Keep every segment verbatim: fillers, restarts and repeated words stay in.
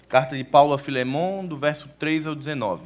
Carta de Paulo a Filemon, do verso três ao dezenove.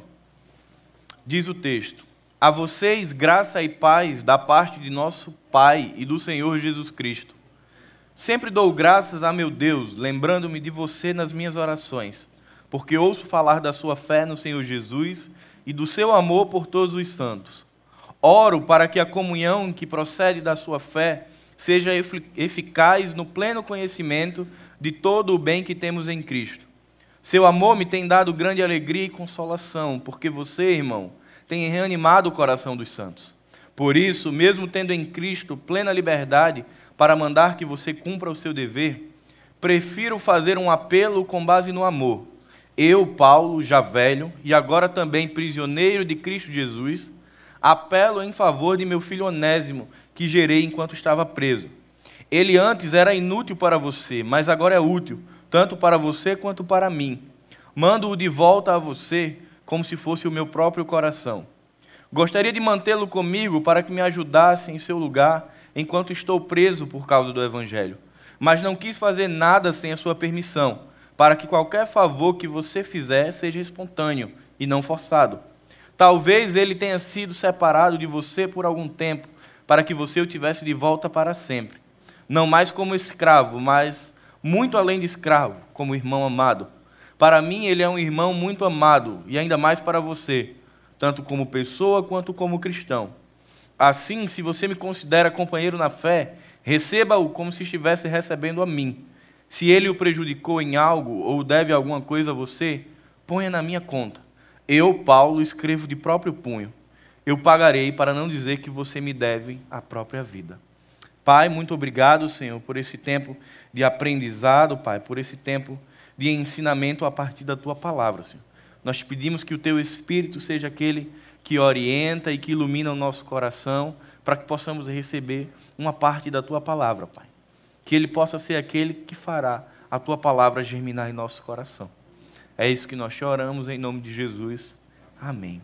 Diz o texto: A vocês graça e paz da parte de nosso Pai e do Senhor Jesus Cristo. Sempre dou graças a meu Deus, lembrando-me de você nas minhas orações, porque ouço falar da sua fé no Senhor Jesus e do seu amor por todos os santos. Oro para que a comunhão que procede da sua fé seja eficaz no pleno conhecimento de todo o bem que temos em Cristo. Seu amor me tem dado grande alegria e consolação, porque você, irmão, tem reanimado o coração dos santos. Por isso, mesmo tendo em Cristo plena liberdade para mandar que você cumpra o seu dever, prefiro fazer um apelo com base no amor. Eu, Paulo, já velho, e agora também prisioneiro de Cristo Jesus, apelo em favor de meu filho Onésimo, que gerei enquanto estava preso. Ele antes era inútil para você, mas agora é útil, tanto para você quanto para mim. Mando-o de volta a você, como se fosse o meu próprio coração. Gostaria de mantê-lo comigo para que me ajudasse em seu lugar, enquanto estou preso por causa do Evangelho. Mas não quis fazer nada sem a sua permissão, para que qualquer favor que você fizer seja espontâneo e não forçado. Talvez ele tenha sido separado de você por algum tempo, para que você o tivesse de volta para sempre. Não mais como escravo, mas muito além de escravo, como irmão amado. Para mim ele é um irmão muito amado, e ainda mais para você, tanto como pessoa quanto como cristão. Assim, se você me considera companheiro na fé, receba-o como se estivesse recebendo a mim. Se ele o prejudicou em algo ou deve alguma coisa a você, ponha na minha conta. Eu, Paulo, escrevo de próprio punho. Eu pagarei para não dizer que você me deve a própria vida. Pai, muito obrigado, Senhor, por esse tempo de aprendizado, Pai, por esse tempo de ensinamento a partir da Tua palavra, Senhor. Nós te pedimos que o Teu Espírito seja aquele que orienta e que ilumina o nosso coração, para que possamos receber uma parte da Tua palavra, Pai. Que Ele possa ser aquele que fará a Tua palavra germinar em nosso coração. É isso que nós choramos em nome de Jesus. Amém.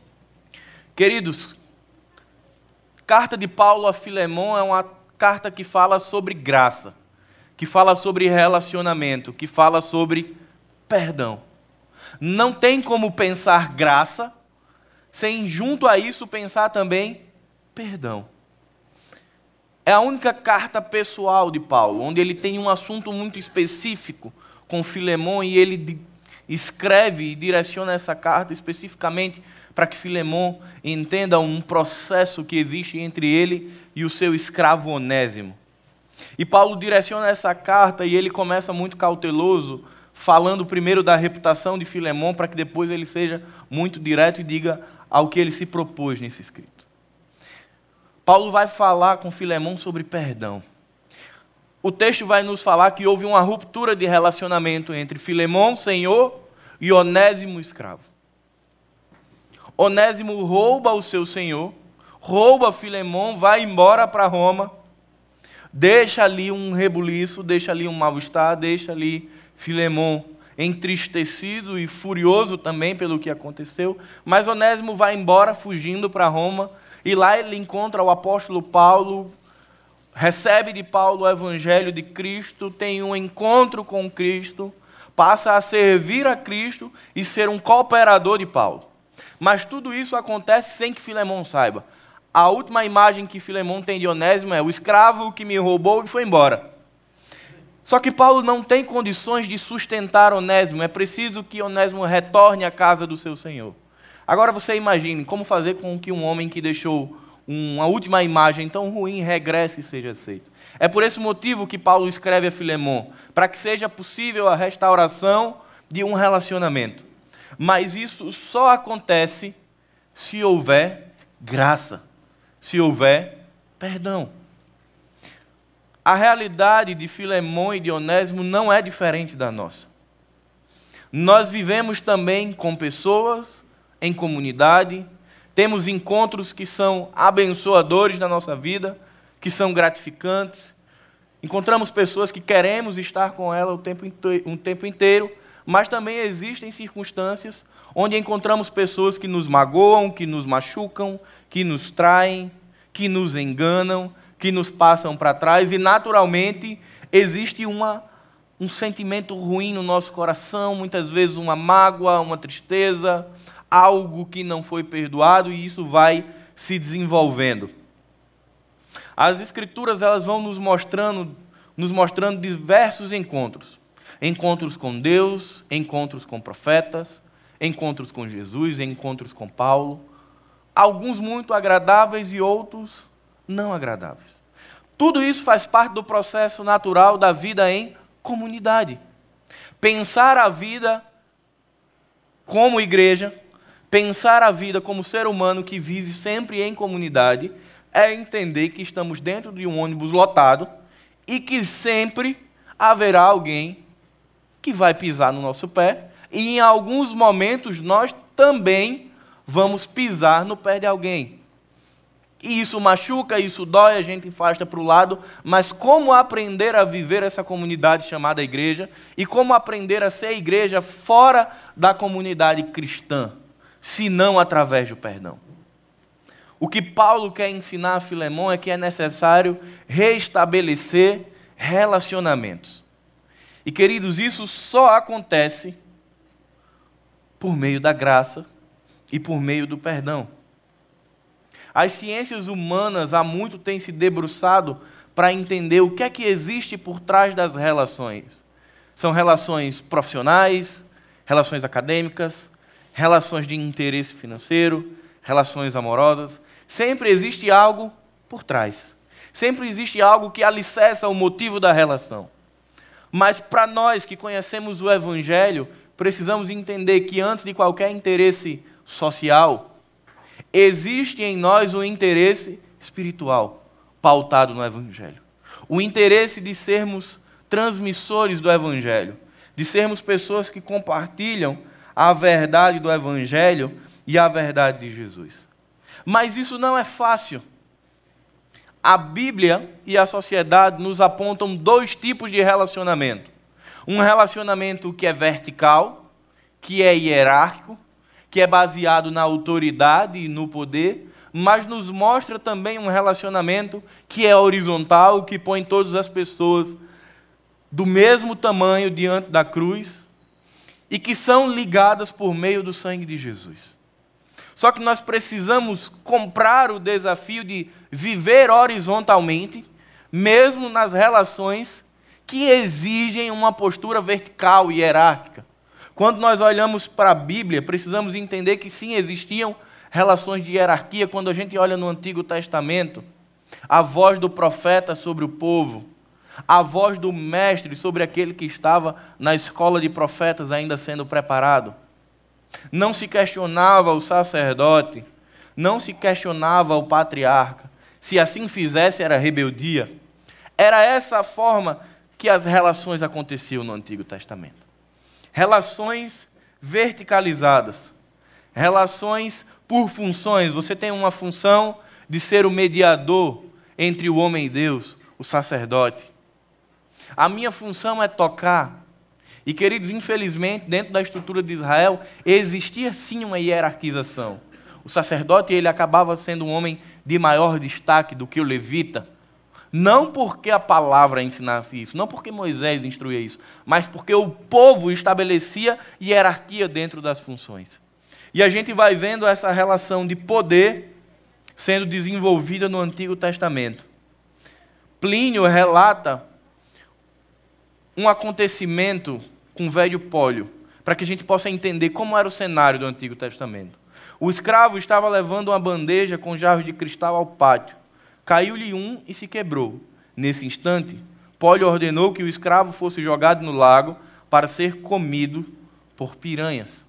Queridos, carta de Paulo a Filemon é uma carta que fala sobre graça, que fala sobre relacionamento, que fala sobre perdão. Não tem como pensar graça sem, junto a isso, pensar também perdão. É a única carta pessoal de Paulo, onde ele tem um assunto muito específico com Filemon e ele escreve e direciona essa carta especificamente para que Filemon entenda um processo que existe entre ele e o seu escravo Onésimo. E Paulo direciona essa carta e ele começa muito cauteloso, falando primeiro da reputação de Filemon, para que depois ele seja muito direto e diga ao que ele se propôs nesse escrito. Paulo vai falar com Filemon sobre perdão. O texto vai nos falar que houve uma ruptura de relacionamento entre Filemon, senhor, e Onésimo, escravo. Onésimo rouba o seu senhor, rouba Filemon, vai embora para Roma, deixa ali um rebuliço, deixa ali um mal-estar, deixa ali Filemon entristecido e furioso também pelo que aconteceu, mas Onésimo vai embora fugindo para Roma, e lá ele encontra o apóstolo Paulo, recebe de Paulo o evangelho de Cristo, tem um encontro com Cristo, passa a servir a Cristo e ser um cooperador de Paulo. Mas tudo isso acontece sem que Filemon saiba. A última imagem que Filemon tem de Onésimo é o escravo que me roubou e foi embora. Só que Paulo não tem condições de sustentar Onésimo, é preciso que Onésimo retorne à casa do seu senhor. Agora você imagine como fazer com que um homem que deixou uma última imagem tão ruim regresse e seja aceito. É por esse motivo que Paulo escreve a Filemon, para que seja possível a restauração de um relacionamento. Mas isso só acontece se houver graça, se houver perdão. A realidade de Filemon e de Onésimo não é diferente da nossa. Nós vivemos também com pessoas, em comunidade, temos encontros que são abençoadores na nossa vida, que são gratificantes. Encontramos pessoas que queremos estar com ela o tempo inteiro, um tempo inteiro, mas também existem circunstâncias onde encontramos pessoas que nos magoam, que nos machucam, que nos traem, que nos enganam, que nos passam para trás, e naturalmente existe uma um sentimento ruim no nosso coração, muitas vezes uma mágoa, uma tristeza, algo que não foi perdoado, e isso vai se desenvolvendo. As Escrituras, elas vão nos mostrando, nos mostrando diversos encontros. Encontros com Deus, encontros com profetas, encontros com Jesus, encontros com Paulo. Alguns muito agradáveis e outros não agradáveis. Tudo isso faz parte do processo natural da vida em comunidade. Pensar a vida como igreja, pensar a vida como ser humano que vive sempre em comunidade, é entender que estamos dentro de um ônibus lotado e que sempre haverá alguém que vai pisar no nosso pé, e em alguns momentos nós também vamos pisar no pé de alguém. E isso machuca, isso dói, a gente afasta para o lado, mas como aprender a viver essa comunidade chamada igreja e como aprender a ser igreja fora da comunidade cristã, se não através do perdão? O que Paulo quer ensinar a Filemão é que é necessário restabelecer relacionamentos. E, queridos, isso só acontece por meio da graça e por meio do perdão. As ciências humanas há muito têm se debruçado para entender o que é que existe por trás das relações. São relações profissionais, relações acadêmicas, relações de interesse financeiro, relações amorosas. Sempre existe algo por trás. Sempre existe algo que alicerça o motivo da relação. Mas para nós que conhecemos o Evangelho, precisamos entender que antes de qualquer interesse social, existe em nós um interesse espiritual, pautado no Evangelho. O interesse de sermos transmissores do Evangelho, de sermos pessoas que compartilham a verdade do Evangelho e a verdade de Jesus. Mas isso não é fácil. A Bíblia e a sociedade nos apontam dois tipos de relacionamento. Um relacionamento que é vertical, que é hierárquico, que é baseado na autoridade e no poder, mas nos mostra também um relacionamento que é horizontal, que põe todas as pessoas do mesmo tamanho diante da cruz e que são ligadas por meio do sangue de Jesus. Só que nós precisamos comprar o desafio de viver horizontalmente, mesmo nas relações que exigem uma postura vertical e hierárquica. Quando nós olhamos para a Bíblia, precisamos entender que sim, existiam relações de hierarquia. Quando a gente olha no Antigo Testamento, a voz do profeta sobre o povo, a voz do mestre sobre aquele que estava na escola de profetas ainda sendo preparado. Não se questionava o sacerdote, não se questionava o patriarca. Se assim fizesse, era rebeldia. Era essa a forma que as relações aconteciam no Antigo Testamento. Relações verticalizadas, relações por funções. Você tem uma função de ser o mediador entre o homem e Deus, o sacerdote. A minha função é tocar. E, queridos, infelizmente, dentro da estrutura de Israel, existia sim uma hierarquização. O sacerdote ele acabava sendo um homem de maior destaque do que o levita, não porque a palavra ensinasse isso, não porque Moisés instruía isso, mas porque o povo estabelecia hierarquia dentro das funções. E a gente vai vendo essa relação de poder sendo desenvolvida no Antigo Testamento. Plínio relata um acontecimento com o velho Pólio, para que a gente possa entender como era o cenário do Antigo Testamento. O escravo estava levando uma bandeja com jarros de cristal ao pátio. Caiu-lhe um e se quebrou. Nesse instante, Pólio ordenou que o escravo fosse jogado no lago para ser comido por piranhas.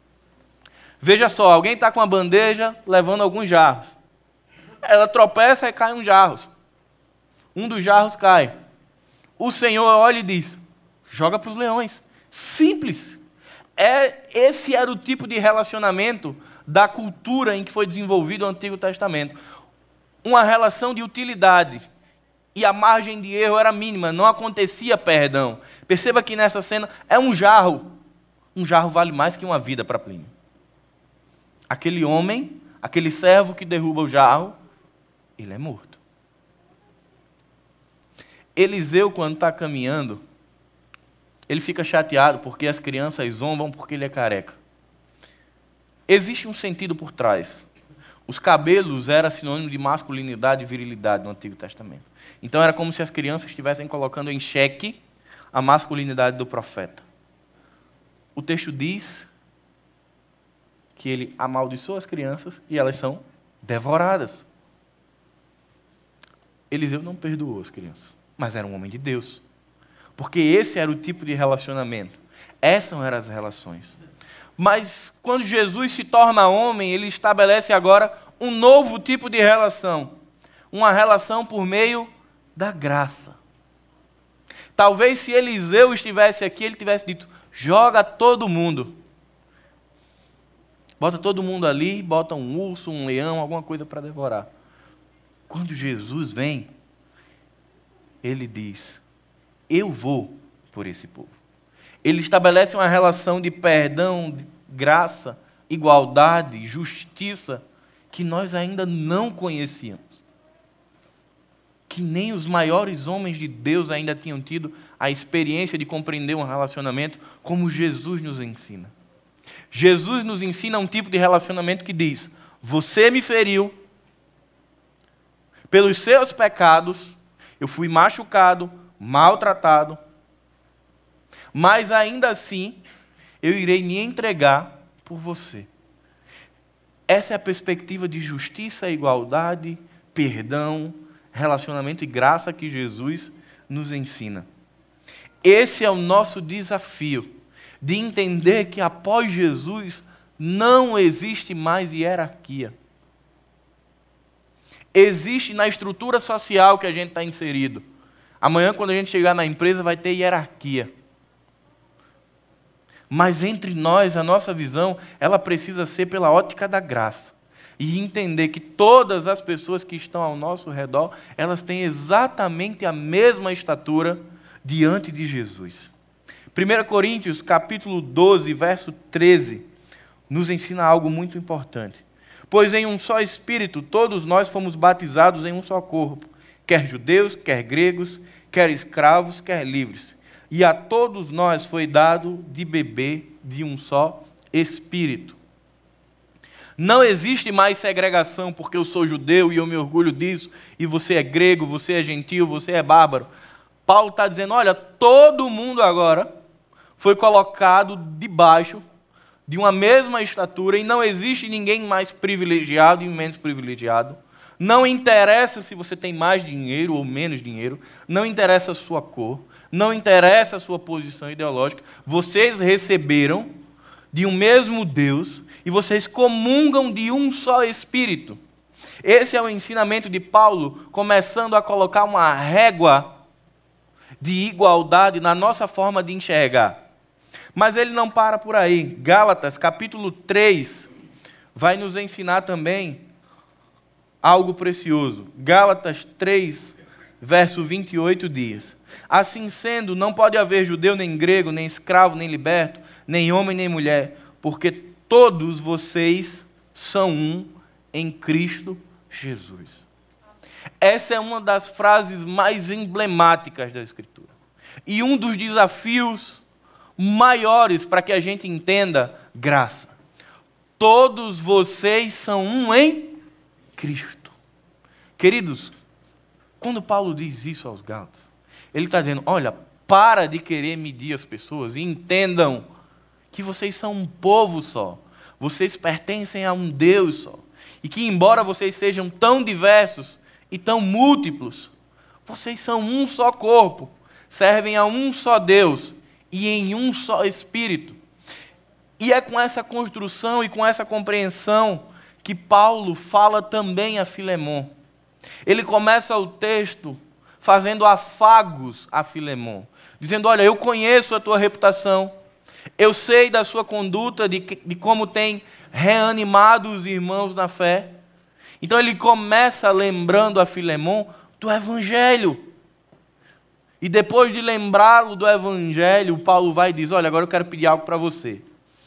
Veja só, alguém está com uma bandeja levando alguns jarros. Ela tropeça e cai uns jarros. Um dos jarros cai. O Senhor olha e diz, joga para os leões. Simples. É, esse era o tipo de relacionamento da cultura em que foi desenvolvido o Antigo Testamento. Uma relação de utilidade. E a margem de erro era mínima, não acontecia perdão. Perceba que nessa cena é um jarro. Um jarro vale mais que uma vida para Plínio. Aquele homem, aquele servo que derruba o jarro, ele é morto. Eliseu, quando está caminhando, ele fica chateado porque as crianças zombam porque ele é careca. Existe um sentido por trás. Os cabelos eram sinônimo de masculinidade e virilidade no Antigo Testamento. Então era como se as crianças estivessem colocando em xeque a masculinidade do profeta. O texto diz que ele amaldiçoa as crianças e elas são devoradas. Eliseu não perdoou as crianças, mas era um homem de Deus. Porque esse era o tipo de relacionamento. Essas eram as relações. Mas quando Jesus se torna homem, ele estabelece agora um novo tipo de relação. Uma relação por meio da graça. Talvez se Eliseu estivesse aqui, ele tivesse dito, joga todo mundo. Bota todo mundo ali, bota um urso, um leão, alguma coisa para devorar. Quando Jesus vem, ele diz, eu vou por esse povo. Ele estabelece uma relação de perdão, de graça, igualdade, justiça, que nós ainda não conhecíamos. Que nem os maiores homens de Deus ainda tinham tido a experiência de compreender um relacionamento como Jesus nos ensina. Jesus nos ensina um tipo de relacionamento que diz, você me feriu, pelos seus pecados, eu fui machucado, maltratado, mas ainda assim, eu irei me entregar por você. Essa é a perspectiva de justiça, igualdade, perdão, relacionamento e graça que Jesus nos ensina. Esse é o nosso desafio, de entender que após Jesus não existe mais hierarquia. Existe na estrutura social que a gente está inserido. Amanhã, quando a gente chegar na empresa, vai ter hierarquia. Mas entre nós, a nossa visão, ela precisa ser pela ótica da graça. E entender que todas as pessoas que estão ao nosso redor, elas têm exatamente a mesma estatura diante de Jesus. primeira Coríntios, capítulo doze, verso treze, nos ensina algo muito importante. Pois em um só Espírito, todos nós fomos batizados em um só corpo, quer judeus, quer gregos, quer escravos, quer livres. E a todos nós foi dado de beber de um só Espírito. Não existe mais segregação porque eu sou judeu e eu me orgulho disso, e você é grego, você é gentil, você é bárbaro. Paulo está dizendo, olha, todo mundo agora foi colocado debaixo de uma mesma estatura e não existe ninguém mais privilegiado e menos privilegiado. Não interessa se você tem mais dinheiro ou menos dinheiro, não interessa a sua cor, não interessa a sua posição ideológica. Vocês receberam de um mesmo Deus e vocês comungam de um só Espírito. Esse é o ensinamento de Paulo, começando a colocar uma régua de igualdade na nossa forma de enxergar. Mas ele não para por aí. Gálatas, capítulo três, vai nos ensinar também algo precioso. Gálatas três, verso vinte e oito diz, assim sendo, não pode haver judeu, nem grego, nem escravo, nem liberto, nem homem, nem mulher, porque todos vocês são um em Cristo Jesus. Essa é uma das frases mais emblemáticas da Escritura. E um dos desafios maiores para que a gente entenda graça. Todos vocês são um em Cristo. Queridos, quando Paulo diz isso aos Gálatas, ele está dizendo, olha, para de querer medir as pessoas e entendam que vocês são um povo só. Vocês pertencem a um Deus só. E que embora vocês sejam tão diversos e tão múltiplos, vocês são um só corpo, servem a um só Deus e em um só Espírito. E é com essa construção e com essa compreensão que Paulo fala também a Filemon. Ele começa o texto fazendo afagos a Filemon, dizendo, olha, eu conheço a tua reputação, eu sei da sua conduta, de, de como tem reanimado os irmãos na fé. Então ele começa lembrando a Filemon do Evangelho. E depois de lembrá-lo do Evangelho, Paulo vai e diz, olha, agora eu quero pedir algo para você.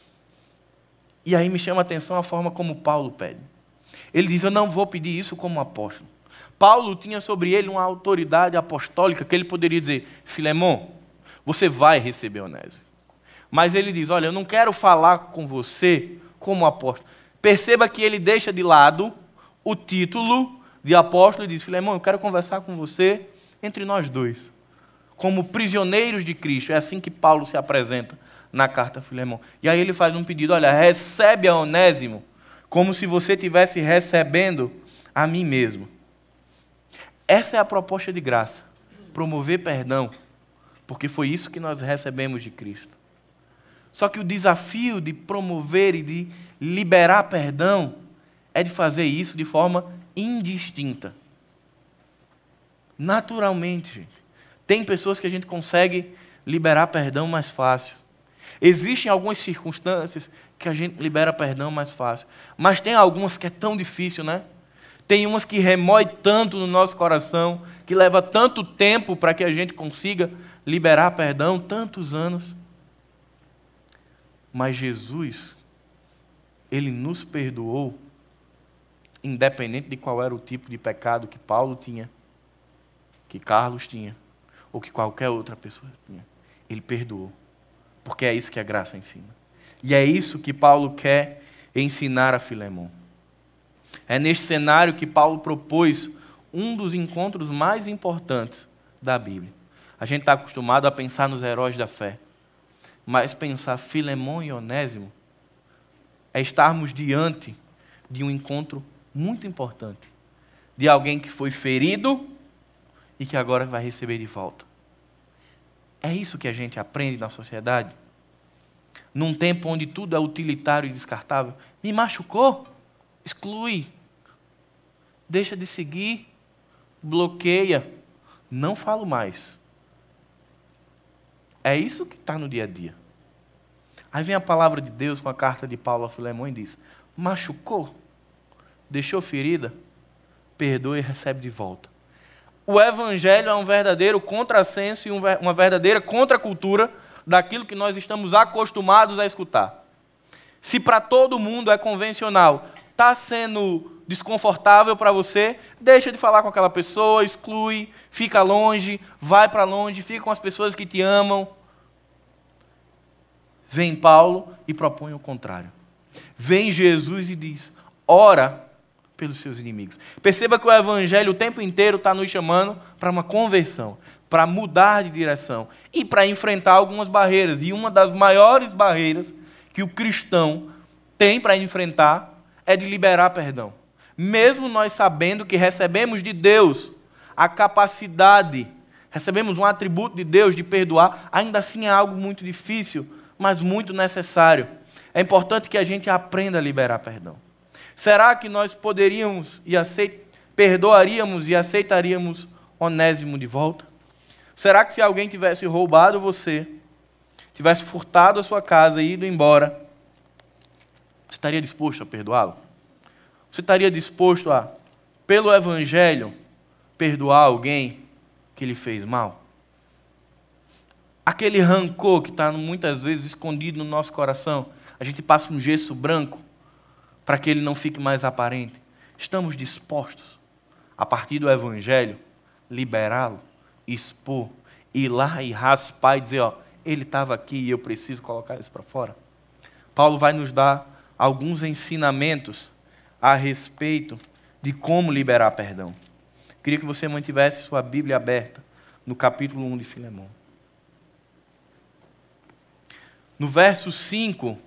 E aí me chama a atenção a forma como Paulo pede. Ele diz, eu não vou pedir isso como apóstolo. Paulo tinha sobre ele uma autoridade apostólica que ele poderia dizer, Filemon, Você vai receber Onésimo. Mas ele diz, olha, eu não quero falar com você como apóstolo. Perceba que ele deixa de lado o título de apóstolo e diz, Filemão, eu quero conversar com você entre nós dois, como prisioneiros de Cristo. É assim que Paulo se apresenta na carta a Filemão. E aí ele faz um pedido, olha, recebe a Onésimo como se você estivesse recebendo a mim mesmo. Essa é a proposta de graça, promover perdão, porque foi isso que nós recebemos de Cristo. Só que o desafio de promover e de liberar perdão é de fazer isso de forma indistinta. Naturalmente, gente. Tem pessoas que a gente consegue liberar perdão mais fácil. Existem algumas circunstâncias que a gente libera perdão mais fácil. Mas tem algumas que é tão difícil, né? Tem umas que remói tanto no nosso coração, que leva tanto tempo para que a gente consiga liberar perdão, tantos anos. Mas Jesus, Ele nos perdoou, independente de qual era o tipo de pecado que Paulo tinha, que Carlos tinha, ou que qualquer outra pessoa tinha. Ele perdoou, porque é isso que a graça ensina. E é isso que Paulo quer ensinar a Filemão. É neste cenário que Paulo propôs um dos encontros mais importantes da Bíblia. A gente está acostumado a pensar nos heróis da fé, mas pensar Filemão e Onésimo é estarmos diante de um encontro muito importante, de alguém que foi ferido e que agora vai receber de volta. É isso que a gente aprende na sociedade? Num tempo onde tudo é utilitário e descartável. Me machucou? Exclui. Deixa de seguir. Bloqueia. Não falo mais. É isso que está no dia a dia. Aí vem a palavra de Deus com a carta de Paulo a Filemão e diz, machucou? Deixou ferida? Perdoa e recebe de volta. O Evangelho é um verdadeiro contrassenso e uma verdadeira contracultura daquilo que nós estamos acostumados a escutar. Se para todo mundo é convencional, está sendo desconfortável para você, deixa de falar com aquela pessoa, exclui, fica longe, vai para longe, fica com as pessoas que te amam. Vem Paulo e propõe o contrário. Vem Jesus e diz, ora pelos seus inimigos. Perceba que o Evangelho o tempo inteiro está nos chamando para uma conversão, para mudar de direção e para enfrentar algumas barreiras. E uma das maiores barreiras que o cristão tem para enfrentar é de liberar perdão. Mesmo nós sabendo que recebemos de Deus a capacidade, recebemos um atributo de Deus de perdoar, ainda assim é algo muito difícil, mas muito necessário. É importante que a gente aprenda a liberar perdão. Será que nós poderíamos e aceit... perdoaríamos e aceitaríamos Onésimo de volta? Será que se alguém tivesse roubado você, tivesse furtado a sua casa e ido embora, você estaria disposto a perdoá-lo? Você estaria disposto a, pelo Evangelho, perdoar alguém que lhe fez mal? Aquele rancor que está muitas vezes escondido no nosso coração, a gente passa um gesso branco para que ele não fique mais aparente. Estamos dispostos, a partir do Evangelho, liberá-lo, expor, ir lá e raspar e dizer, ó, ele estava aqui e eu preciso colocar isso para fora? Paulo vai nos dar alguns ensinamentos a respeito de como liberar perdão. Queria que você mantivesse sua Bíblia aberta no capítulo um de Filemão. No verso cinco,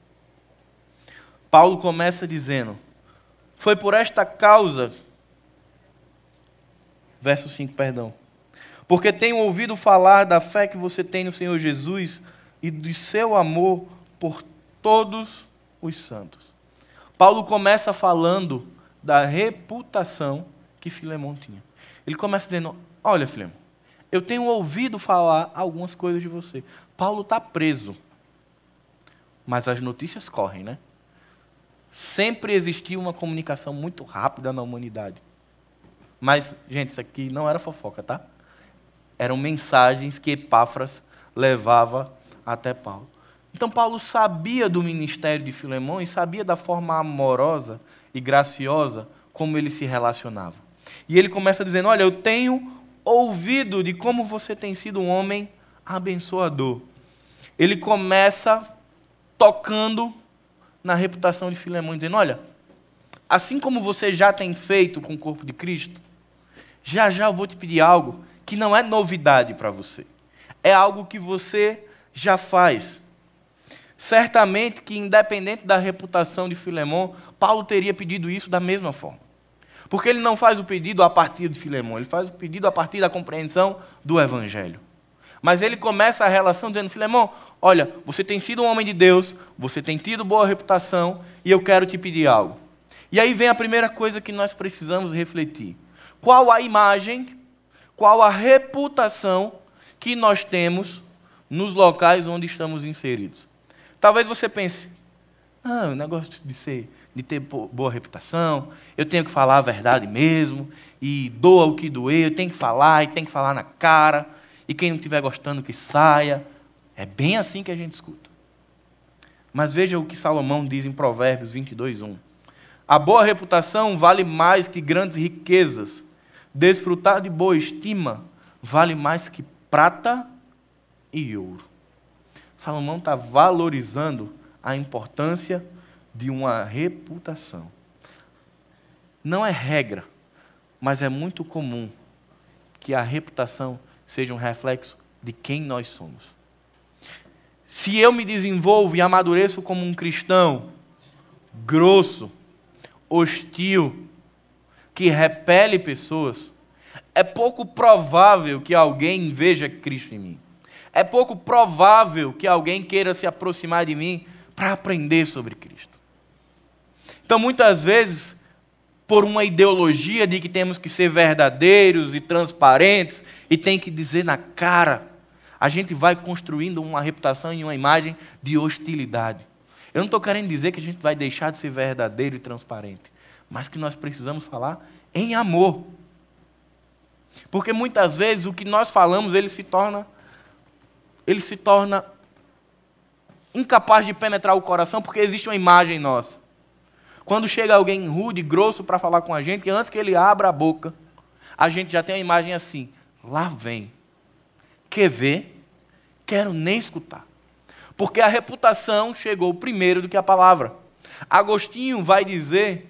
Paulo começa dizendo, foi por esta causa, verso cinco, perdão, porque tenho ouvido falar da fé que você tem no Senhor Jesus e do seu amor por todos os santos. Paulo começa falando da reputação que Filemão tinha. Ele começa dizendo, olha, Filemão, eu tenho ouvido falar algumas coisas de você. Paulo está preso, mas as notícias correm, né? Sempre existiu uma comunicação muito rápida na humanidade. Mas, gente, isso aqui não era fofoca, tá? Eram mensagens que Epáfras levava até Paulo. Então, Paulo sabia do ministério de Filemão e sabia da forma amorosa e graciosa como ele se relacionava. E ele começa dizendo, olha, eu tenho ouvido de como você tem sido um homem abençoador. Ele começa tocando na reputação de Filemão, dizendo, olha, assim como você já tem feito com o corpo de Cristo, já já eu vou te pedir algo que não é novidade para você. É algo que você já faz. Certamente que, independente da reputação de Filemão, Paulo teria pedido isso da mesma forma. Porque ele não faz o pedido a partir de Filemão, ele faz o pedido a partir da compreensão do Evangelho. Mas ele começa a relação dizendo, Filemão, olha, você tem sido um homem de Deus, você tem tido boa reputação, e eu quero te pedir algo. E aí vem a primeira coisa que nós precisamos refletir. Qual a imagem, qual a reputação que nós temos nos locais onde estamos inseridos? Talvez você pense, ah, o negócio de ser, de ter boa reputação, eu tenho que falar a verdade mesmo, e doa o que doer, eu tenho que falar, e tenho que falar na cara, e quem não estiver gostando que saia. É bem assim que a gente escuta. Mas veja o que Salomão diz em Provérbios vinte e dois, um. A boa reputação vale mais que grandes riquezas. Desfrutar de boa estima vale mais que prata e ouro. Salomão está valorizando a importância de uma reputação. Não é regra, mas é muito comum que a reputação seja um reflexo de quem nós somos. Se eu me desenvolvo e amadureço como um cristão grosso, hostil, que repele pessoas, é pouco provável que alguém veja Cristo em mim. É pouco provável que alguém queira se aproximar de mim para aprender sobre Cristo. Então, muitas vezes, por uma ideologia de que temos que ser verdadeiros e transparentes e tem que dizer na cara, a gente vai construindo uma reputação e uma imagem de hostilidade. Eu não estou querendo dizer que a gente vai deixar de ser verdadeiro e transparente, mas que nós precisamos falar em amor. Porque muitas vezes o que nós falamos, ele se torna, ele se torna incapaz de penetrar o coração, porque existe uma imagem nossa. Quando chega alguém rude, grosso para falar com a gente, que antes que ele abra a boca, a gente já tem uma imagem assim, lá vem. Quer ver? Quero nem escutar. Porque a reputação chegou primeiro do que a palavra. Agostinho vai dizer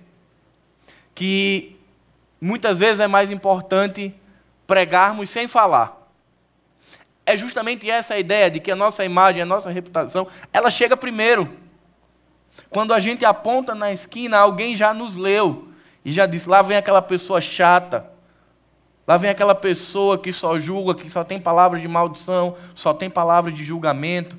que muitas vezes é mais importante pregarmos sem falar. É justamente essa a ideia de que a nossa imagem, a nossa reputação, ela chega primeiro. Quando a gente aponta na esquina, alguém já nos leu e já disse, lá vem aquela pessoa chata, lá vem aquela pessoa que só julga, que só tem palavras de maldição, só tem palavras de julgamento.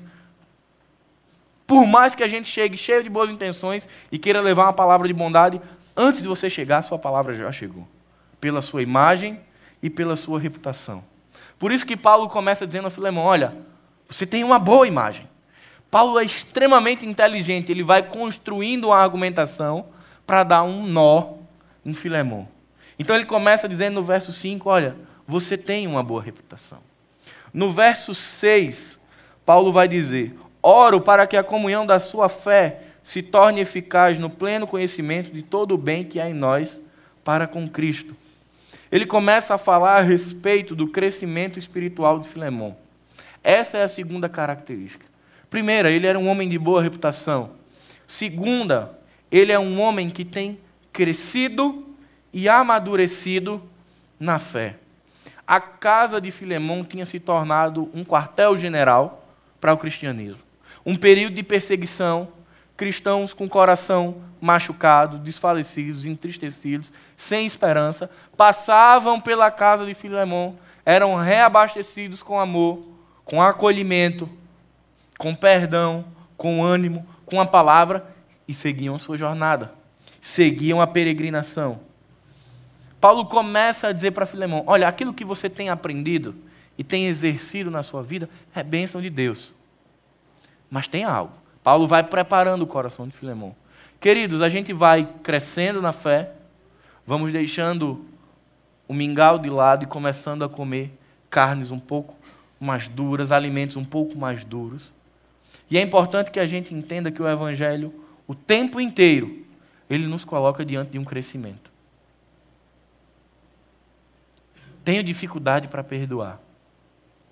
Por mais que a gente chegue cheio de boas intenções e queira levar uma palavra de bondade, antes de você chegar, a sua palavra já chegou. Pela sua imagem e pela sua reputação. Por isso que Paulo começa dizendo a Filemão, olha, você tem uma boa imagem. Paulo é extremamente inteligente, ele vai construindo uma argumentação para dar um nó em Filemão. Então ele começa dizendo no verso cinco, olha, você tem uma boa reputação. No verso seis, Paulo vai dizer, oro para que a comunhão da sua fé se torne eficaz no pleno conhecimento de todo o bem que há em nós para com Cristo. Ele começa a falar a respeito do crescimento espiritual de Filemão. Essa é a segunda característica. Primeira, ele era um homem de boa reputação. Segunda, ele é um homem que tem crescido e amadurecido na fé. A casa de Filemão tinha se tornado um quartel-general para o cristianismo. Um período de perseguição, cristãos com o coração machucado, desfalecidos, entristecidos, sem esperança, passavam pela casa de Filemão, eram reabastecidos com amor, com acolhimento, com perdão, com ânimo, com a palavra, e seguiam a sua jornada, seguiam a peregrinação. Paulo começa a dizer para Filemão, olha, aquilo que você tem aprendido e tem exercido na sua vida é bênção de Deus. Mas tem algo. Paulo vai preparando o coração de Filemão. Queridos, a gente vai crescendo na fé, vamos deixando o mingau de lado e começando a comer carnes um pouco mais duras, alimentos um pouco mais duros. E é importante que a gente entenda que o Evangelho, o tempo inteiro, ele nos coloca diante de um crescimento. Tenho dificuldade para perdoar.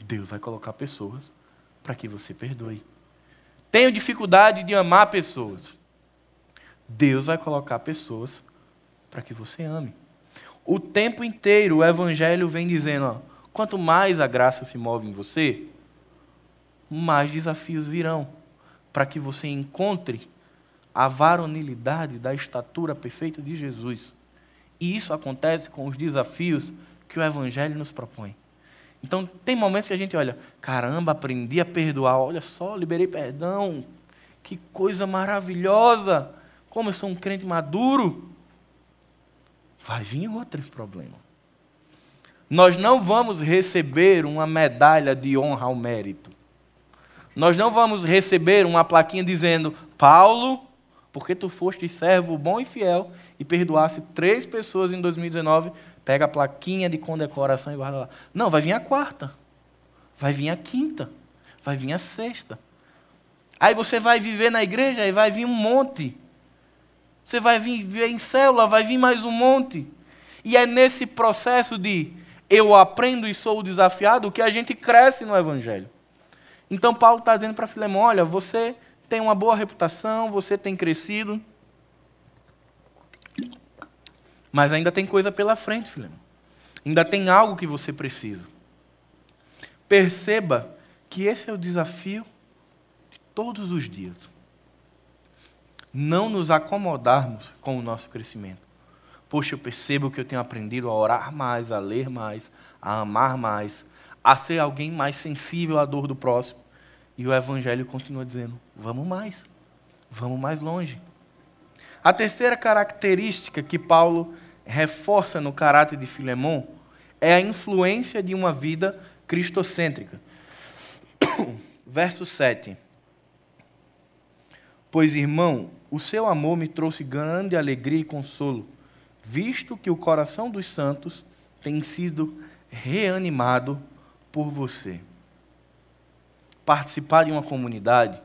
Deus vai colocar pessoas para que você perdoe. Tenho dificuldade de amar pessoas. Deus vai colocar pessoas para que você ame. O tempo inteiro o Evangelho vem dizendo, ó, quanto mais a graça se move em você, mais desafios virão para que você encontre a varonilidade da estatura perfeita de Jesus. E isso acontece com os desafios que o Evangelho nos propõe. Então, tem momentos que a gente olha, caramba, aprendi a perdoar, olha só, liberei perdão, que coisa maravilhosa, como eu sou um crente maduro. Vai vir outro problema. Nós não vamos receber uma medalha de honra ao mérito. Nós não vamos receber uma plaquinha dizendo, Paulo, porque tu foste servo bom e fiel e perdoasse três pessoas em dois mil e dezenove, pega a plaquinha de condecoração e guarda lá. Não, vai vir a quarta, vai vir a quinta, vai vir a sexta. Aí você vai viver na igreja e vai vir um monte. Você vai vir viver em célula, vai vir mais um monte. E é nesse processo de eu aprendo e sou desafiado que a gente cresce no Evangelho. Então Paulo está dizendo para Filemão, olha, você tem uma boa reputação, você tem crescido, mas ainda tem coisa pela frente, Filemão. Ainda tem algo que você precisa. Perceba que esse é o desafio de todos os dias. Não nos acomodarmos com o nosso crescimento. Poxa, eu percebo que eu tenho aprendido a orar mais, a ler mais, a amar mais, a ser alguém mais sensível à dor do próximo. E o Evangelho continua dizendo, vamos mais, vamos mais longe. A terceira característica que Paulo reforça no caráter de Filemão é a influência de uma vida cristocêntrica. Verso sete. Pois, irmão, o seu amor me trouxe grande alegria e consolo, visto que o coração dos santos tem sido reanimado por você. Participar de uma comunidade,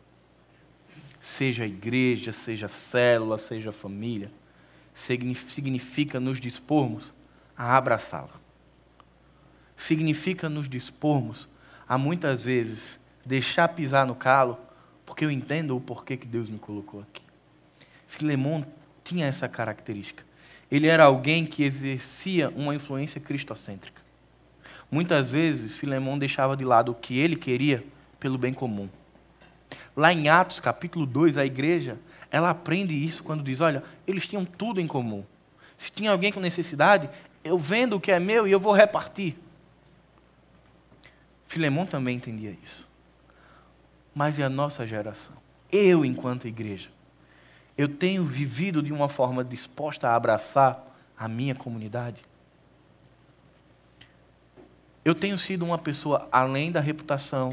seja igreja, seja célula, seja família, significa nos dispormos a abraçá-la. Significa nos dispormos a muitas vezes deixar pisar no calo, porque eu entendo o porquê que Deus me colocou aqui. Filemão tinha essa característica. Ele era alguém que exercia uma influência cristocêntrica. Muitas vezes, Filemão deixava de lado o que ele queria pelo bem comum. Lá em Atos, capítulo dois, a igreja, ela aprende isso quando diz, olha, eles tinham tudo em comum. Se tinha alguém com necessidade, eu vendo o que é meu e eu vou repartir. Filemão também entendia isso. Mas é a nossa geração. Eu, enquanto igreja, eu tenho vivido de uma forma disposta a abraçar a minha comunidade. Eu tenho sido uma pessoa além da reputação,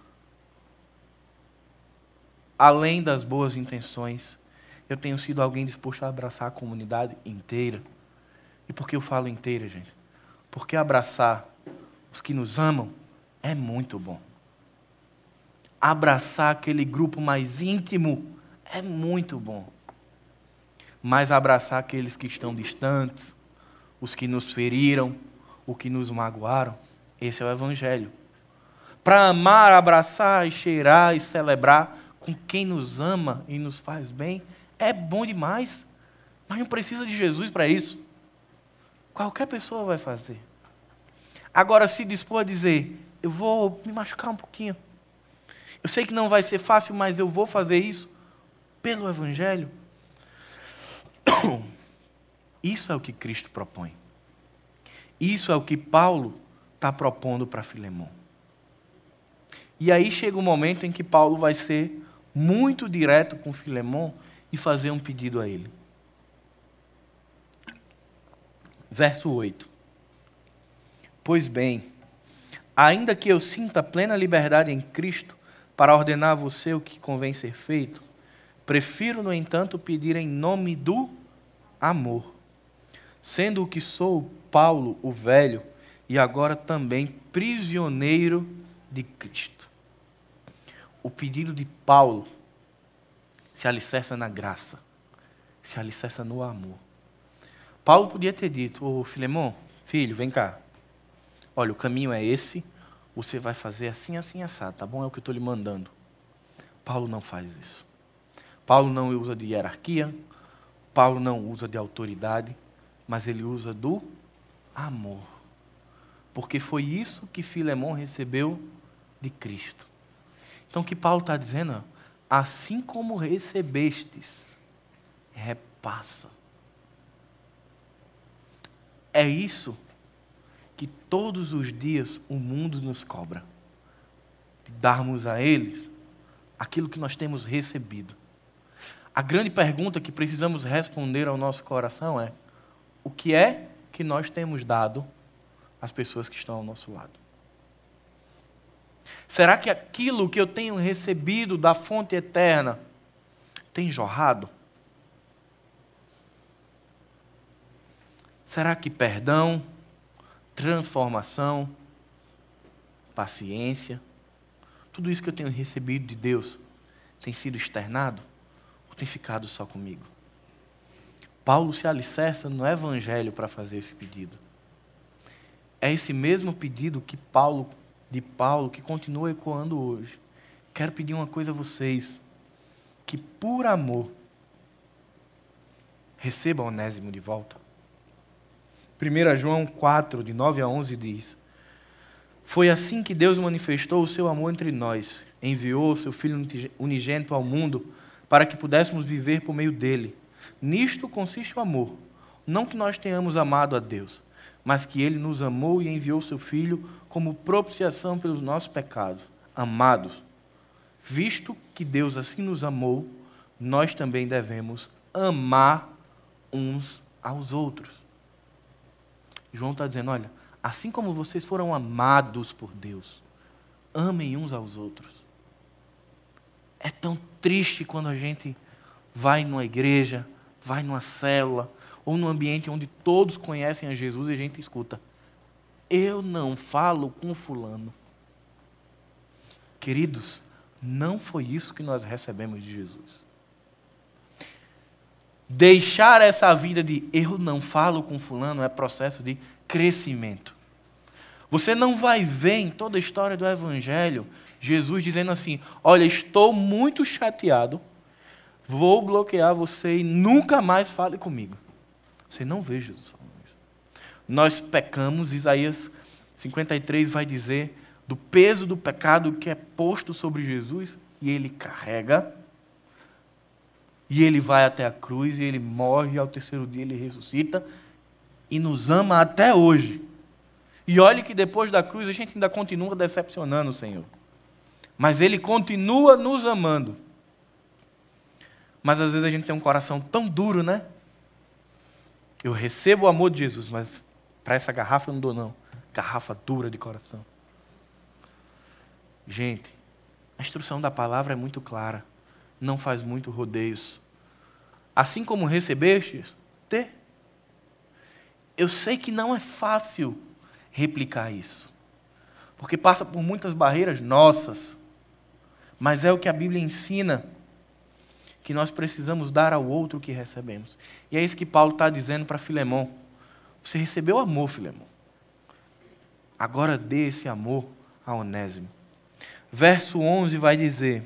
além das boas intenções. Eu tenho sido alguém disposto a abraçar a comunidade inteira. E por que eu falo inteira, gente? Porque abraçar os que nos amam é muito bom. Abraçar aquele grupo mais íntimo é muito bom. Mas abraçar aqueles que estão distantes, os que nos feriram, os que nos magoaram, esse é o Evangelho. Para amar, abraçar, e cheirar e celebrar com quem nos ama e nos faz bem, é bom demais. Mas não precisa de Jesus para isso. Qualquer pessoa vai fazer. Agora, se dispor a dizer, eu vou me machucar um pouquinho. Eu sei que não vai ser fácil, mas eu vou fazer isso pelo Evangelho. Isso é o que Cristo propõe. Isso é o que Paulo está propondo para Filemão. E aí chega o momento em que Paulo vai ser muito direto com Filemão e fazer um pedido a ele. Verso oito. Pois bem, ainda que eu sinta plena liberdade em Cristo para ordenar a você o que convém ser feito, prefiro, no entanto, pedir em nome do amor, sendo o que sou, Paulo, o velho, e agora também prisioneiro de Cristo. O pedido de Paulo se alicerça na graça, se alicerça no amor. Paulo podia ter dito, ô Filemão, filho, vem cá. Olha, o caminho é esse, você vai fazer assim, assim, assado, tá bom? É o que eu estou lhe mandando. Paulo não faz isso. Paulo não usa de hierarquia, Paulo não usa de autoridade, mas ele usa do amor. Porque foi isso que Filemão recebeu de Cristo. Então o que Paulo está dizendo, assim como recebestes, repassa. É isso que todos os dias o mundo nos cobra. De darmos a eles aquilo que nós temos recebido. A grande pergunta que precisamos responder ao nosso coração é: o que é que nós temos dado às pessoas que estão ao nosso lado? Será que aquilo que eu tenho recebido da fonte eterna tem jorrado? Será que perdão, transformação, paciência, tudo isso que eu tenho recebido de Deus tem sido externado ou tem ficado só comigo? Paulo se alicerça no Evangelho para fazer esse pedido. É esse mesmo pedido que Paulo, de Paulo que continua ecoando hoje. Quero pedir uma coisa a vocês, que por amor recebam Onésimo de volta. primeiro João quatro, de nove a onze diz: foi assim que Deus manifestou o seu amor entre nós, enviou o seu Filho unigênito ao mundo para que pudéssemos viver por meio dele. Nisto consiste o amor, não que nós tenhamos amado a Deus, mas que ele nos amou e enviou o seu Filho como propiciação pelos nossos pecados. Amados, visto que Deus assim nos amou, nós também devemos amar uns aos outros. João está dizendo, olha, assim como vocês foram amados por Deus, amem uns aos outros. É tão triste quando a gente vai numa igreja, vai numa célula, ou num ambiente onde todos conhecem a Jesus e a gente escuta: eu não falo com fulano. Queridos, não foi isso que nós recebemos de Jesus. Deixar essa vida de eu não falo com fulano é processo de crescimento. Você não vai ver em toda a história do Evangelho Jesus dizendo assim: olha, estou muito chateado, vou bloquear você e nunca mais fale comigo. Você não vê Jesus falando isso. Nós pecamos, Isaías cinquenta e três vai dizer do peso do pecado que é posto sobre Jesus, e ele carrega, e ele vai até a cruz, e ele morre, e ao terceiro dia ele ressuscita, e nos ama até hoje. E olhe que depois da cruz a gente ainda continua decepcionando o Senhor. Mas ele continua nos amando. Mas às vezes a gente tem um coração tão duro, né? Eu recebo o amor de Jesus, mas para essa garrafa eu não dou não. Garrafa dura de coração. Gente, a instrução da palavra é muito clara. Não faz muito rodeios. Assim como recebestes, dê. Eu sei que não é fácil replicar isso, porque passa por muitas barreiras nossas, mas é o que a Bíblia ensina, que nós precisamos dar ao outro o que recebemos. E é isso que Paulo está dizendo para Filemão. Você recebeu amor, Filemão. Agora dê esse amor a Onésimo. Verso onze vai dizer: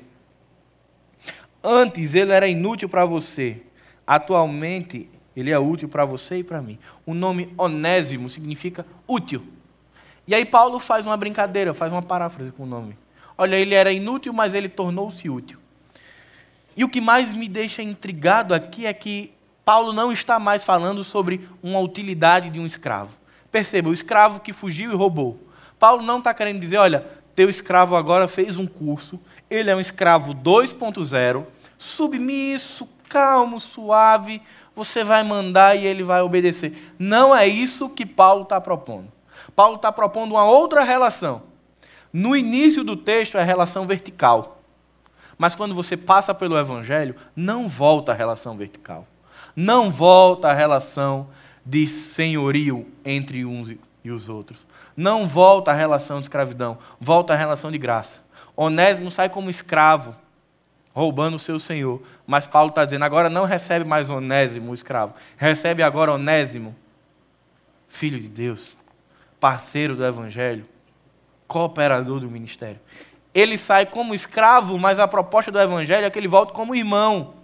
antes ele era inútil para você, atualmente ele é útil para você e para mim. O nome Onésimo significa útil. E aí Paulo faz uma brincadeira, faz uma paráfrase com o nome. Olha, ele era inútil, mas ele tornou-se útil. E o que mais me deixa intrigado aqui é que Paulo não está mais falando sobre uma utilidade de um escravo. Perceba, o escravo que fugiu e roubou. Paulo não está querendo dizer, olha, teu escravo agora fez um curso, ele é um escravo dois ponto zero, submisso, calmo, suave, você vai mandar e ele vai obedecer. Não é isso que Paulo está propondo. Paulo está propondo uma outra relação. No início do texto é a relação vertical. Mas quando você passa pelo Evangelho, não volta a relação vertical. Não volta a relação de senhorio entre uns e os outros. Não volta a relação de escravidão. Volta a relação de graça. Onésimo sai como escravo, roubando o seu senhor. Mas Paulo está dizendo, agora não recebe mais Onésimo, o escravo. Recebe agora Onésimo, filho de Deus, parceiro do Evangelho. cooperador do ministério. Ele sai como escravo, mas a proposta do evangelho é que ele volte como irmão.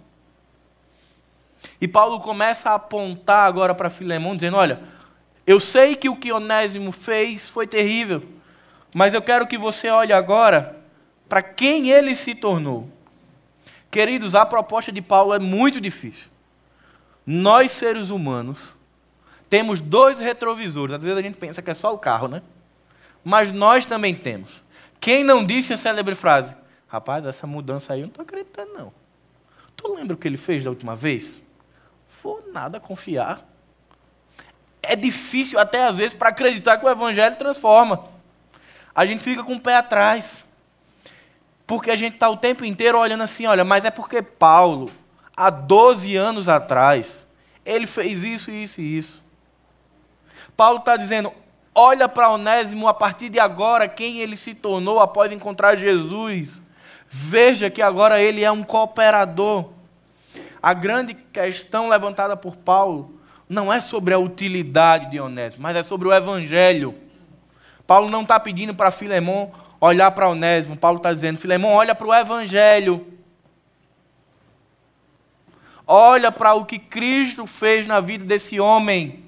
E Paulo começa a apontar agora para Filemão, dizendo, olha, eu sei que o que Onésimo fez foi terrível, mas eu quero que você olhe agora para quem ele se tornou. Queridos, a proposta de Paulo é muito difícil. Nós, seres humanos, temos dois retrovisores. Às vezes a gente pensa que é só o carro, né? Mas nós também temos. Quem não disse a célebre frase? Rapaz, essa mudança aí eu não estou acreditando, não. Tu lembra o que ele fez da última vez? Vou nada confiar. É difícil até às vezes para acreditar que o evangelho transforma. A gente fica com o pé atrás. Porque a gente está o tempo inteiro olhando assim, olha, mas é porque Paulo, há doze anos atrás, ele fez isso, isso e isso. Paulo está dizendo, olha para Onésimo a partir de agora, quem ele se tornou após encontrar Jesus. Veja que agora ele é um cooperador. A grande questão levantada por Paulo não é sobre a utilidade de Onésimo, mas é sobre o evangelho. Paulo não está pedindo para Filemão olhar para Onésimo. Paulo está dizendo, Filemão, olha para o evangelho. Olha para o que Cristo fez na vida desse homem.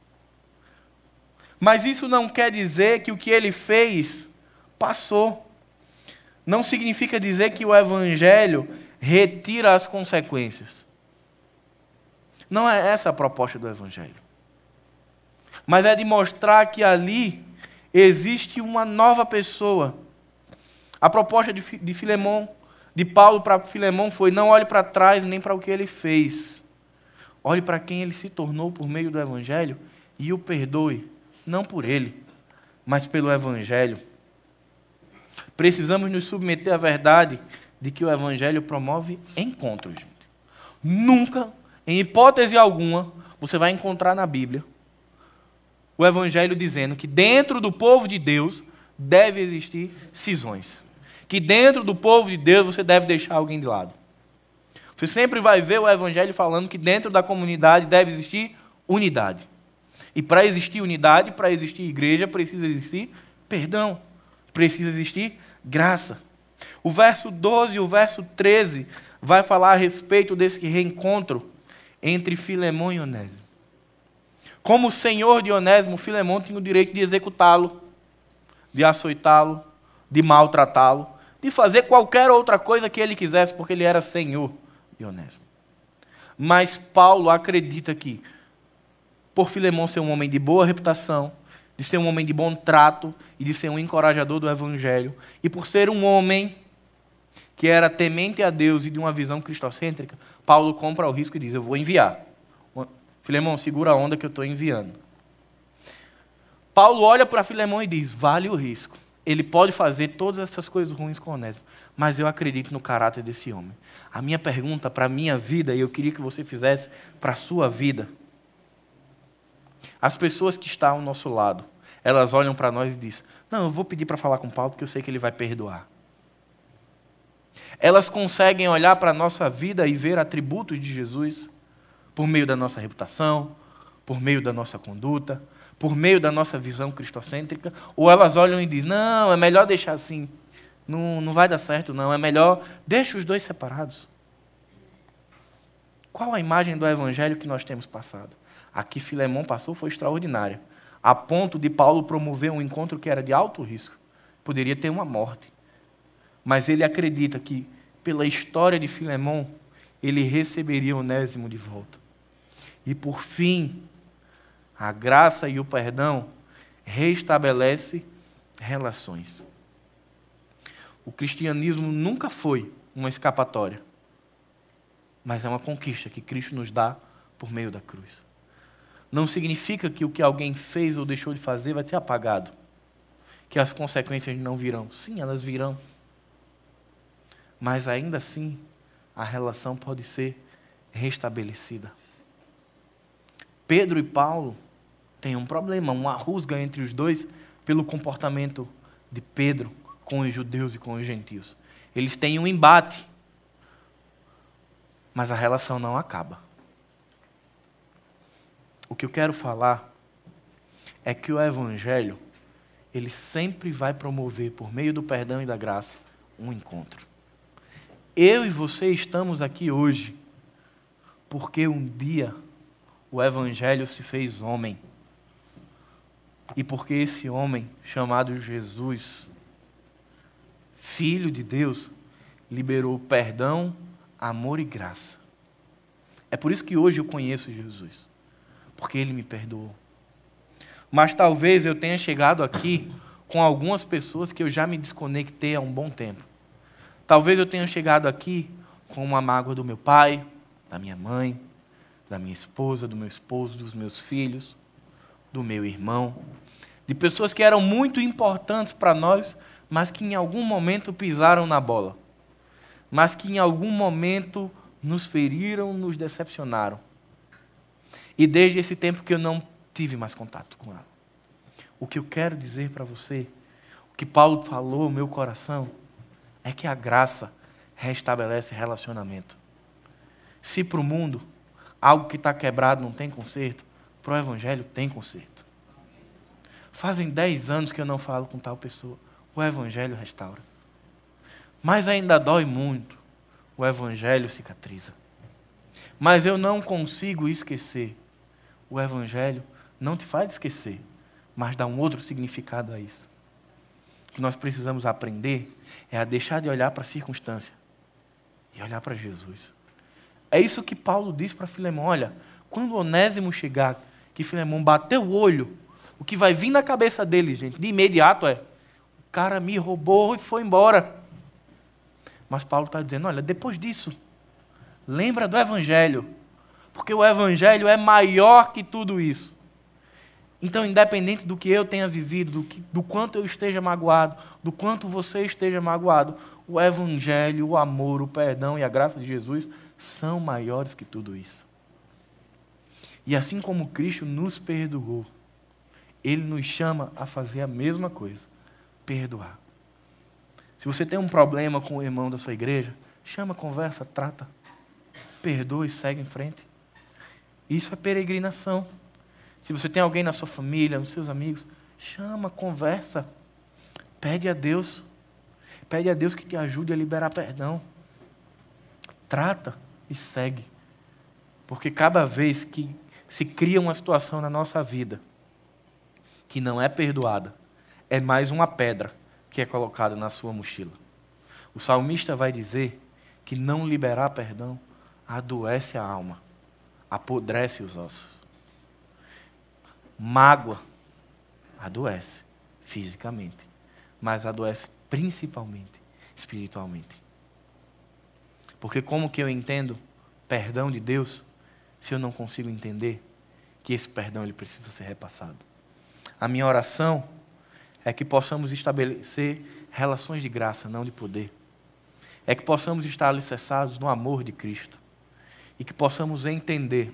Mas isso não quer dizer que o que ele fez passou. Não significa dizer que o evangelho retira as consequências. Não é essa a proposta do evangelho. Mas é de mostrar que ali existe uma nova pessoa. A proposta de, de Filemão, de Paulo para Filemão foi, não olhe para trás nem para o que ele fez. Olhe para quem ele se tornou por meio do evangelho e o perdoe. Não por ele, mas pelo evangelho. Precisamos nos submeter à verdade de que o evangelho promove encontros, gente. Nunca, em hipótese alguma, você vai encontrar na Bíblia o evangelho dizendo que dentro do povo de Deus deve existir cisões. Que dentro do povo de Deus você deve deixar alguém de lado. Você sempre vai ver o evangelho falando que dentro da comunidade deve existir unidade. E para existir unidade, para existir igreja, precisa existir perdão. Precisa existir graça. O verso doze e o verso treze vai falar a respeito desse reencontro entre Filemão e Onésimo. Como senhor de Onésimo, Filemão tinha o direito de executá-lo, de açoitá-lo, de maltratá-lo, de fazer qualquer outra coisa que ele quisesse, porque ele era senhor de Onésimo. Mas Paulo acredita que, por Filemão ser um homem de boa reputação, de ser um homem de bom trato e de ser um encorajador do evangelho, e por ser um homem que era temente a Deus e de uma visão cristocêntrica, Paulo compra o risco e diz, eu vou enviar. Filemão, segura a onda que eu estou enviando. Paulo olha para Filemão e diz, vale o risco. Ele pode fazer todas essas coisas ruins com Onésimo, mas eu acredito no caráter desse homem. A minha pergunta para a minha vida, e eu queria que você fizesse para a sua vida, as pessoas que estão ao nosso lado, elas olham para nós e dizem, não, eu vou pedir para falar com Paulo porque eu sei que ele vai perdoar. Elas conseguem olhar para a nossa vida e ver atributos de Jesus por meio da nossa reputação, por meio da nossa conduta, por meio da nossa visão cristocêntrica, ou elas olham e dizem, não, é melhor deixar assim, não, não vai dar certo não, é melhor, deixa os dois separados. Qual a imagem do evangelho que nós temos passado? A que Filemão passou foi extraordinária, a ponto de Paulo promover um encontro que era de alto risco, poderia ter uma morte. Mas ele acredita que, pela história de Filemão, ele receberia Onésimo de volta. E, por fim, a graça e o perdão restabelece relações. O cristianismo nunca foi uma escapatória, mas é uma conquista que Cristo nos dá por meio da cruz. Não significa que o que alguém fez ou deixou de fazer vai ser apagado, que as consequências não virão. Sim, elas virão. Mas ainda assim, a relação pode ser restabelecida. Pedro e Paulo têm um problema, uma rusga entre os dois pelo comportamento de Pedro com os judeus e com os gentios. Eles têm um embate, mas a relação não acaba. O que eu quero falar é que o evangelho, Ele sempre vai promover, por meio do perdão e da graça, um encontro. Eu e você estamos aqui hoje porque um dia o Evangelho se fez homem. E porque esse homem, chamado Jesus, Filho de Deus, liberou perdão, amor e graça. É por isso que hoje eu conheço Jesus, porque Ele me perdoou. Mas talvez eu tenha chegado aqui com algumas pessoas que eu já me desconectei há um bom tempo. Talvez eu tenha chegado aqui com uma mágoa do meu pai, da minha mãe, da minha esposa, do meu esposo, dos meus filhos, do meu irmão, de pessoas que eram muito importantes para nós, mas que em algum momento pisaram na bola, mas que em algum momento nos feriram, nos decepcionaram. E desde esse tempo que eu não tive mais contato com ela. O que eu quero dizer para você, o que Paulo falou no meu coração, é que a graça restabelece relacionamento. Se para o mundo algo que está quebrado não tem conserto, para o Evangelho tem conserto. Fazem dez anos que eu não falo com tal pessoa. O Evangelho restaura. Mas ainda dói muito. O Evangelho cicatriza. Mas eu não consigo esquecer. O Evangelho não te faz esquecer, mas dá um outro significado a isso. O que nós precisamos aprender é a deixar de olhar para a circunstância e olhar para Jesus. É isso que Paulo diz para Filemão. Olha, quando Onésimo chegar, que Filemão bateu o olho, o que vai vir na cabeça dele, gente, de imediato é: o cara me roubou e foi embora. Mas Paulo está dizendo, olha, depois disso, lembra do Evangelho, porque o Evangelho é maior que tudo isso. Então, independente do que eu tenha vivido, do, que, do quanto eu esteja magoado, do quanto você esteja magoado, o Evangelho, o amor, o perdão e a graça de Jesus são maiores que tudo isso. E assim como Cristo nos perdoou, Ele nos chama a fazer a mesma coisa, perdoar. Se você tem um problema com o irmão da sua igreja, chama, conversa, trata, perdoa e segue em frente. Isso é peregrinação. Se você tem alguém na sua família, nos seus amigos, chama, conversa, pede a Deus, pede a Deus que te ajude a liberar perdão. Trata e segue. Porque cada vez que se cria uma situação na nossa vida que não é perdoada, é mais uma pedra que é colocada na sua mochila. O salmista vai dizer que não liberar perdão adoece a alma, apodrece os ossos. Mágoa adoece fisicamente, mas adoece principalmente espiritualmente. Porque como que eu entendo perdão de Deus se eu não consigo entender que esse perdão ele precisa ser repassado? A minha oração é que possamos estabelecer relações de graça, não de poder. É que possamos estar alicerçados no amor de Cristo. E que possamos entender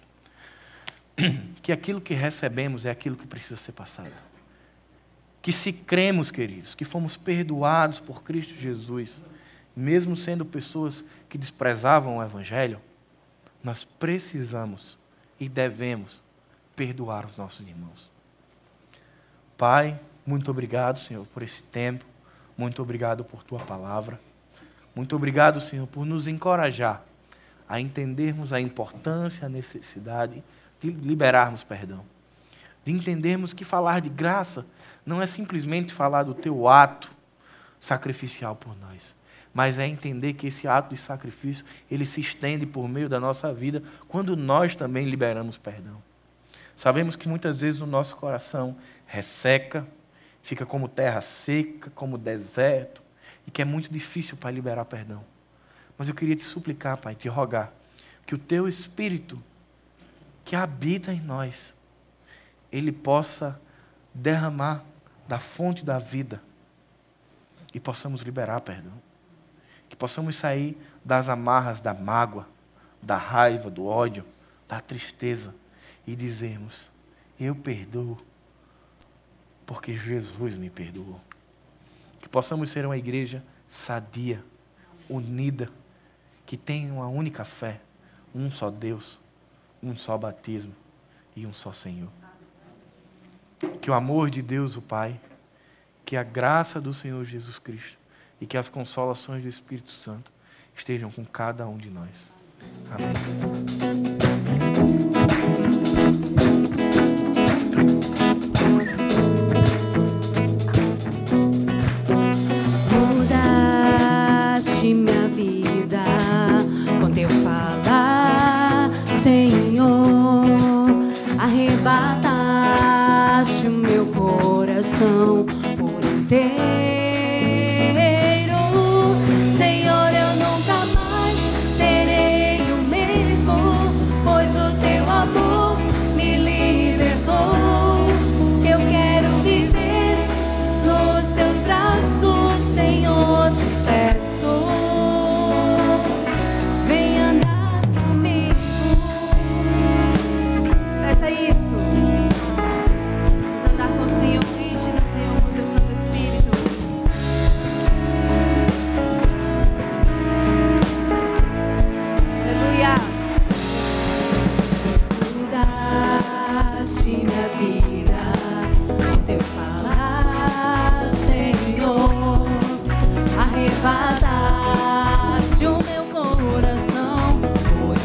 que aquilo que recebemos é aquilo que precisa ser passado. Que se cremos, queridos, que fomos perdoados por Cristo Jesus, mesmo sendo pessoas que desprezavam o Evangelho, nós precisamos e devemos perdoar os nossos irmãos. Pai, muito obrigado, Senhor, por esse tempo. Muito obrigado por Tua palavra. Muito obrigado, Senhor, por nos encorajar a entendermos a importância, a necessidade de liberarmos perdão. De entendermos que falar de graça não é simplesmente falar do Teu ato sacrificial por nós, mas é entender que esse ato de sacrifício, ele se estende por meio da nossa vida quando nós também liberamos perdão. Sabemos que muitas vezes o nosso coração resseca, fica como terra seca, como deserto, e que é muito difícil, Pai, liberar perdão. Mas eu queria te suplicar, Pai, te rogar, que o Teu Espírito, que habita em nós, Ele possa derramar da fonte da vida e possamos liberar perdão. Que possamos sair das amarras da mágoa, da raiva, do ódio, da tristeza e dizermos: eu perdoo porque Jesus me perdoou. Que possamos ser uma igreja sadia, unida, que tenha uma única fé, um só Deus, um só batismo e um só Senhor. Que o amor de Deus, o Pai, que a graça do Senhor Jesus Cristo e que as consolações do Espírito Santo estejam com cada um de nós. Amém. Mudaste minha vida com teu falar, Senhor. Arrebataste o meu coração por inteiro. Senhor, eu nunca mais serei o mesmo, pois o teu amor me libertou. Eu quero viver nos teus braços, Senhor, te peço. Vem andar comigo. Peça isso. Vamos andar com o Senhor, enche no Senhor com teu Santo Espírito. Aleluia. Mudaste minha vida com teu falar, Senhor. Arrebataste o meu coração por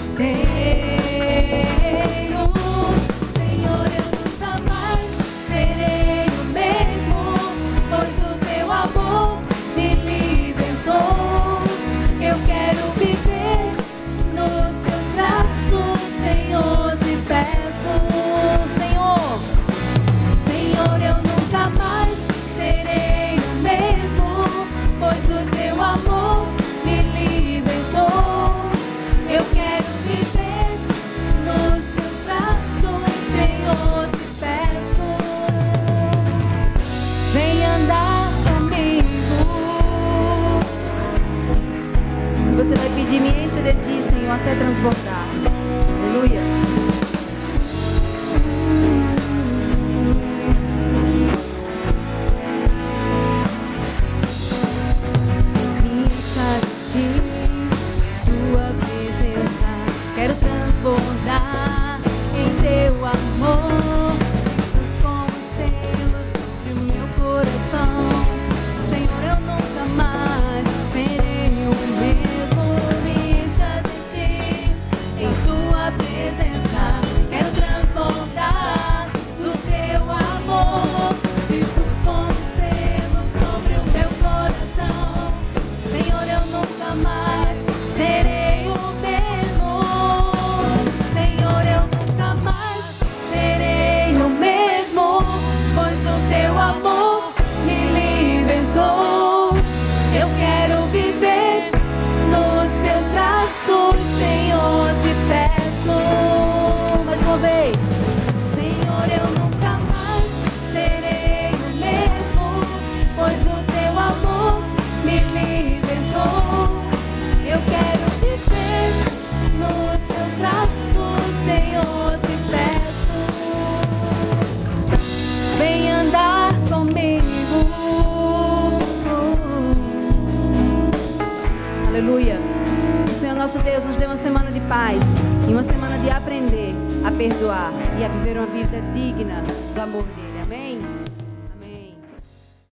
inteiro. Senhor, eu nunca mais serei o mesmo, pois o teu amor me libertou. Eu quero viver nos teus braços, Senhor, te peço. Senhor, Senhor, eu nunca mais serei o mesmo, pois o teu amor me libertou. Eu quero viver nos teus braços, Senhor, te peço. Vem andar comigo. Você vai pedir, me enche de ti, Senhor, até transbordar. Aleluia. Encha de ti, tua presença. Quero transbordar em teu amor. Como selo sobre o meu coração. Senhor, eu nunca mais serei o mesmo. Me encha de ti, em tua presença. Quero transbordar do teu amor. Te busco como selo sobre o meu coração. Senhor, eu nunca mais serei o mesmo. Senhor, eu nunca mais serei o mesmo, pois o teu amor me libertou. Eu quero viver nos teus braços, Senhor, te peço. Mais uma vez. Senhor, eu nunca mais serei o mesmo, pois o teu amor me libertou. Eu quero viver nos teus braços, Senhor, te peço. Vem andar comigo. Aleluia. O Senhor nosso Deus nos deu uma semana de paz e uma semana de aprender a perdoar e a viver uma vida digna do amor dele. Amém?